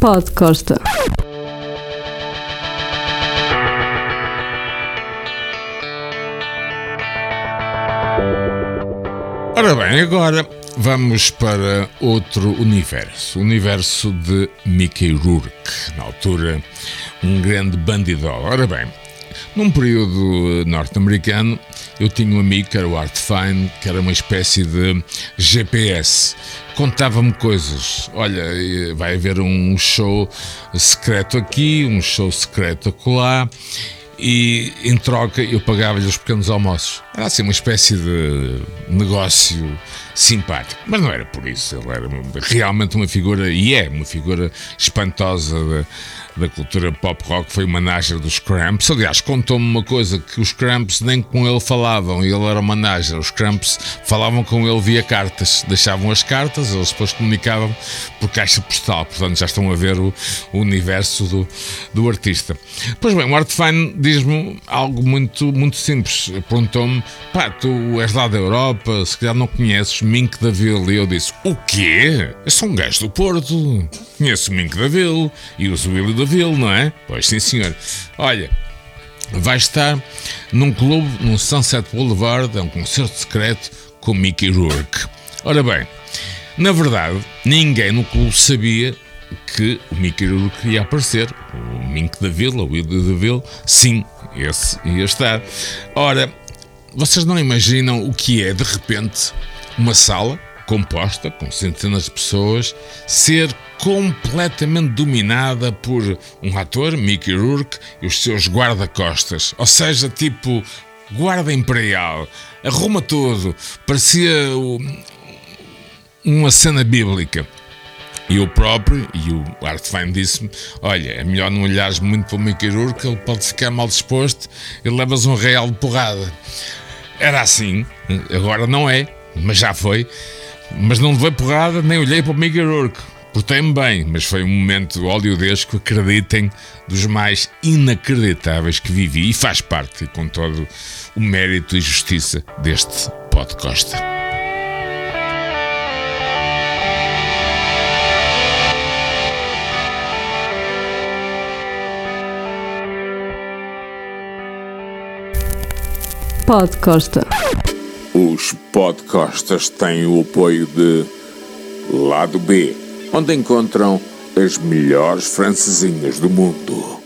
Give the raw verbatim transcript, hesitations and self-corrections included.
Pod Costa. Ora bem, agora vamos para outro universo, o universo de Mickey Rourke, na altura um grande bandidol. Ora bem, num período norte-americano, eu tinha um amigo que era o Art Fine, que era uma espécie de G P S. Contava-me coisas. Olha, vai haver um show secreto aqui, um show secreto acolá, e em troca eu pagava-lhe os pequenos almoços. Era assim uma espécie de negócio simpático, mas não era por isso. Ele era realmente uma figura, e é uma figura espantosa da, da cultura pop rock. Foi o manager dos Cramps. Aliás, contou-me uma coisa, que os Cramps nem com ele falavam, e ele era o manager. Os Cramps falavam com ele via cartas, deixavam as cartas, eles depois comunicavam por caixa postal. Portanto, já estão a ver o, o universo do, do artista. Pois bem, o Art Fine diz-me algo muito, muito simples. Perguntou-me: pá, tu és lá da Europa, se calhar não conheces Mink da Ville. E eu disse: o quê? Eu sou um gajo do Porto, conheço o Mink da Ville e o Zuílio da Ville, não é? Pois sim, senhor. Olha, vai estar num clube, num Sunset Boulevard, é um concerto secreto com Mickey Rourke. Ora bem, na verdade, ninguém no clube sabia que o Mickey Rourke ia aparecer. O Mink da Ville, o Willy da Ville, sim, esse ia estar. Ora, vocês não imaginam o que é, de repente, uma sala composta com centenas de pessoas ser completamente dominada por um ator, Mickey Rourke, e os seus guarda-costas. Ou seja, tipo guarda imperial, arruma tudo, parecia uma cena bíblica. E eu próprio, e o Art Fine disse-me: olha, é melhor não olhares muito para o Mickey Rourke, ele pode ficar mal disposto e levas um real de porrada. Era assim, agora não é, mas já foi. Mas não levei porrada, nem olhei para o Mickey Rourke. Portei-me bem, mas foi um momento oleodesco, acreditem, dos mais inacreditáveis que vivi, e faz parte, e com todo o mérito e justiça deste Pod Costa. Pod Costa. Os podcastas têm o apoio de Lado B, onde encontram as melhores francesinhas do mundo.